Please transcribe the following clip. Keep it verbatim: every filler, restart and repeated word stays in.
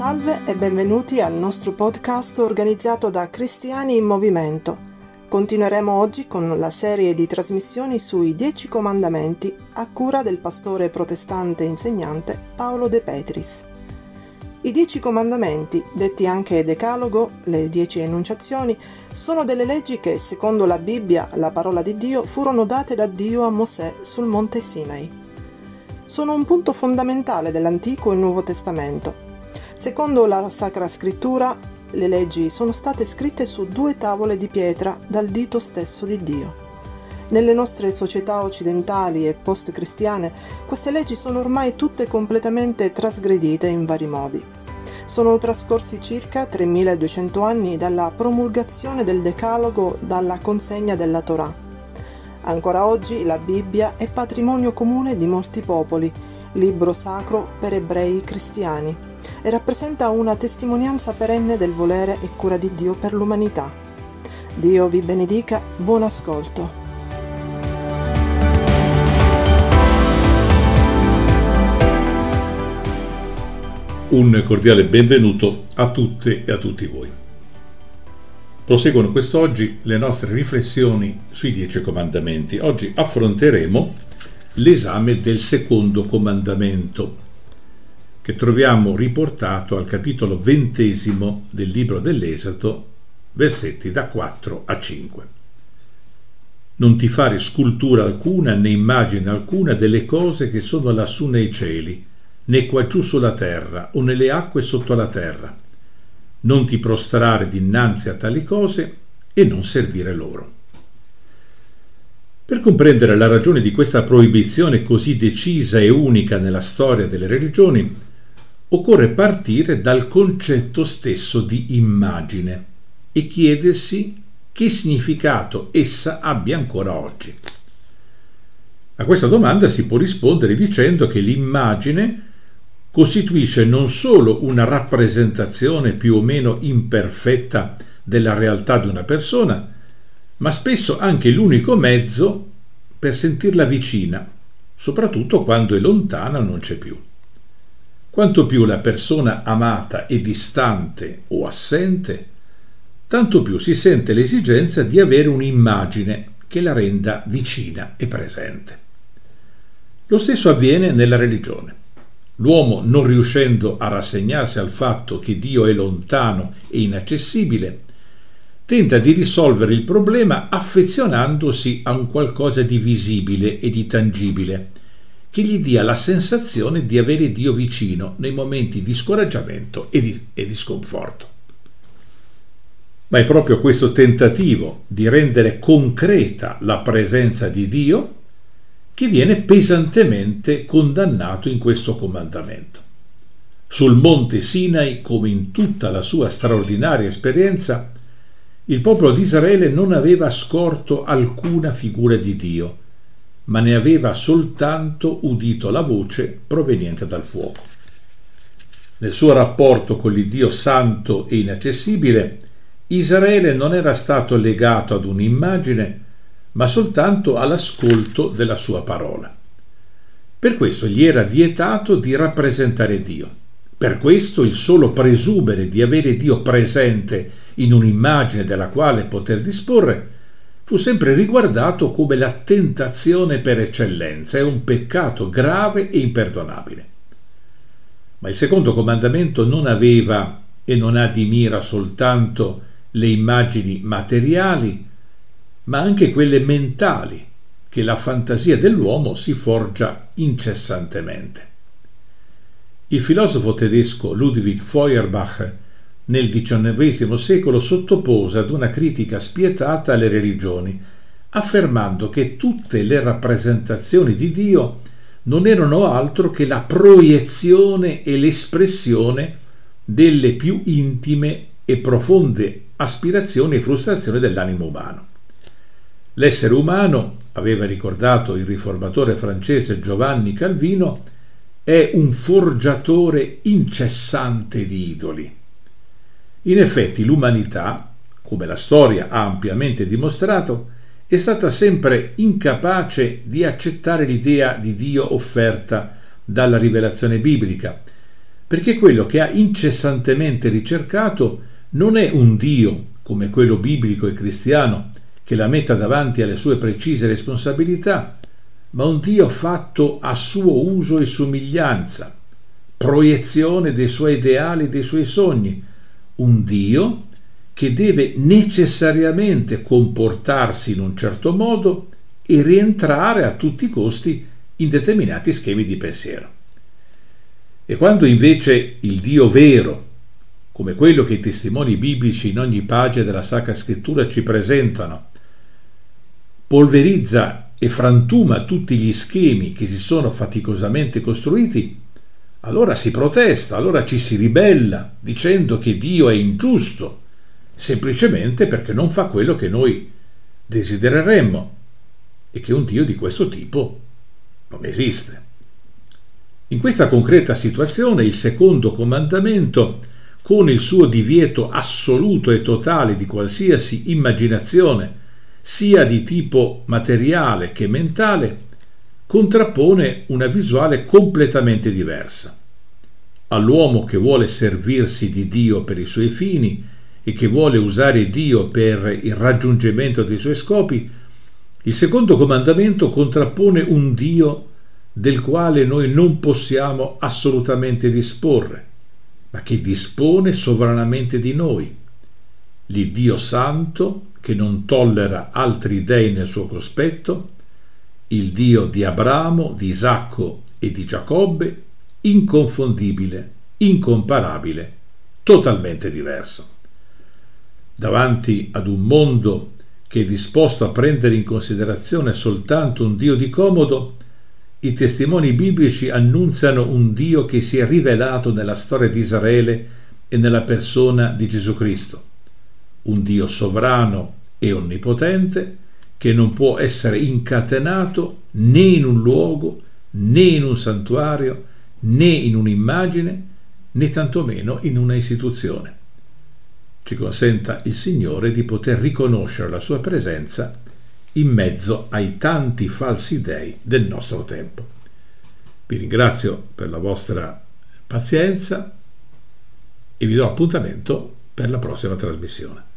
Salve e benvenuti al nostro podcast organizzato da Cristiani in Movimento. Continueremo oggi con la serie di trasmissioni sui Dieci Comandamenti a cura del pastore protestante e insegnante Paolo De Petris. I Dieci Comandamenti, detti anche Decalogo, le Dieci Enunciazioni, sono delle leggi che, secondo la Bibbia, la parola di Dio, furono date da Dio a Mosè sul monte Sinai. Sono un punto fondamentale dell'Antico e Nuovo Testamento. Secondo la Sacra Scrittura, le leggi sono state scritte su due tavole di pietra dal dito stesso di Dio. Nelle nostre società occidentali e post-cristiane, queste leggi sono ormai tutte completamente trasgredite in vari modi. Sono trascorsi circa tremiladuecento anni dalla promulgazione del Decalogo, dalla consegna della Torah. Ancora oggi la Bibbia è patrimonio comune di molti popoli, libro sacro per ebrei cristiani, e rappresenta una testimonianza perenne del volere e cura di Dio per l'umanità. Dio vi benedica, buon ascolto. Un cordiale benvenuto a tutte e a tutti voi. Proseguono quest'oggi le nostre riflessioni sui Dieci Comandamenti. Oggi affronteremo l'esame del secondo comandamento, che troviamo riportato al capitolo ventesimo del libro dell'Esodo, versetti da quattro a cinque. Non ti fare scultura alcuna né immagine alcuna delle cose che sono lassù nei cieli, né qua giù sulla terra o nelle acque sotto la terra. Non ti prostrare dinanzi a tali cose e non servire loro. Per comprendere la ragione di questa proibizione così decisa e unica nella storia delle religioni, occorre partire dal concetto stesso di immagine e chiedersi che significato essa abbia ancora oggi. A questa domanda si può rispondere dicendo che l'immagine costituisce non solo una rappresentazione più o meno imperfetta della realtà di una persona, ma spesso anche l'unico mezzo per sentirla vicina, soprattutto quando è lontana o non c'è più. Quanto più la persona amata è distante o assente, tanto più si sente l'esigenza di avere un'immagine che la renda vicina e presente. Lo stesso avviene nella religione. L'uomo, non riuscendo a rassegnarsi al fatto che Dio è lontano e inaccessibile, tenta di risolvere il problema affezionandosi a un qualcosa di visibile e di tangibile, che gli dia la sensazione di avere Dio vicino nei momenti di scoraggiamento e di, e di sconforto. Ma è proprio questo tentativo di rendere concreta la presenza di Dio che viene pesantemente condannato in questo comandamento. Sul monte Sinai, come in tutta la sua straordinaria esperienza, il popolo di Israele non aveva scorto alcuna figura di Dio, ma ne aveva soltanto udito la voce proveniente dal fuoco. Nel suo rapporto con l'Iddio santo e inaccessibile, Israele non era stato legato ad un'immagine, ma soltanto all'ascolto della sua parola. Per questo gli era vietato di rappresentare Dio. Per questo il solo presumere di avere Dio presente in un'immagine della quale poter disporre fu sempre riguardato come la tentazione per eccellenza, è un peccato grave e imperdonabile. Ma il secondo comandamento non aveva e non ha di mira soltanto le immagini materiali, ma anche quelle mentali che la fantasia dell'uomo si forgia incessantemente. Il filosofo tedesco Ludwig Feuerbach nel diciannovesimo secolo sottopose ad una critica spietata alle religioni, affermando che tutte le rappresentazioni di Dio non erano altro che la proiezione e l'espressione delle più intime e profonde aspirazioni e frustrazioni dell'animo umano. L'essere umano, aveva ricordato il riformatore francese Giovanni Calvino, è un forgiatore incessante di idoli. In effetti l'umanità, come la storia ha ampiamente dimostrato, è stata sempre incapace di accettare l'idea di Dio offerta dalla rivelazione biblica, perché quello che ha incessantemente ricercato non è un Dio come quello biblico e cristiano che la metta davanti alle sue precise responsabilità, ma un Dio fatto a suo uso e somiglianza, proiezione dei suoi ideali e dei suoi sogni, un Dio che deve necessariamente comportarsi in un certo modo e rientrare a tutti i costi in determinati schemi di pensiero. E quando invece il Dio vero, come quello che i testimoni biblici in ogni pagina della Sacra Scrittura ci presentano, polverizza e frantuma tutti gli schemi che si sono faticosamente costruiti, allora si protesta, allora ci si ribella dicendo che Dio è ingiusto, semplicemente perché non fa quello che noi desidereremmo e che un Dio di questo tipo non esiste. In questa concreta situazione il secondo comandamento, con il suo divieto assoluto e totale di qualsiasi immaginazione, sia di tipo materiale che mentale, contrappone una visuale completamente diversa. All'uomo che vuole servirsi di Dio per i suoi fini e che vuole usare Dio per il raggiungimento dei suoi scopi, il secondo comandamento contrappone un Dio del quale noi non possiamo assolutamente disporre, ma che dispone sovranamente di noi, l'Iddio santo che non tollera altri dei nel suo cospetto, il Dio di Abramo, di Isacco e di Giacobbe, inconfondibile, incomparabile, totalmente diverso. Davanti ad un mondo che è disposto a prendere in considerazione soltanto un Dio di comodo, i testimoni biblici annunziano un Dio che si è rivelato nella storia di Israele e nella persona di Gesù Cristo, un Dio sovrano e onnipotente che non può essere incatenato né in un luogo, né in un santuario, né in un'immagine, né tantomeno in una istituzione. Ci consenta il Signore di poter riconoscere la sua presenza in mezzo ai tanti falsi dei del nostro tempo. Vi ringrazio per la vostra pazienza e vi do appuntamento per la prossima trasmissione.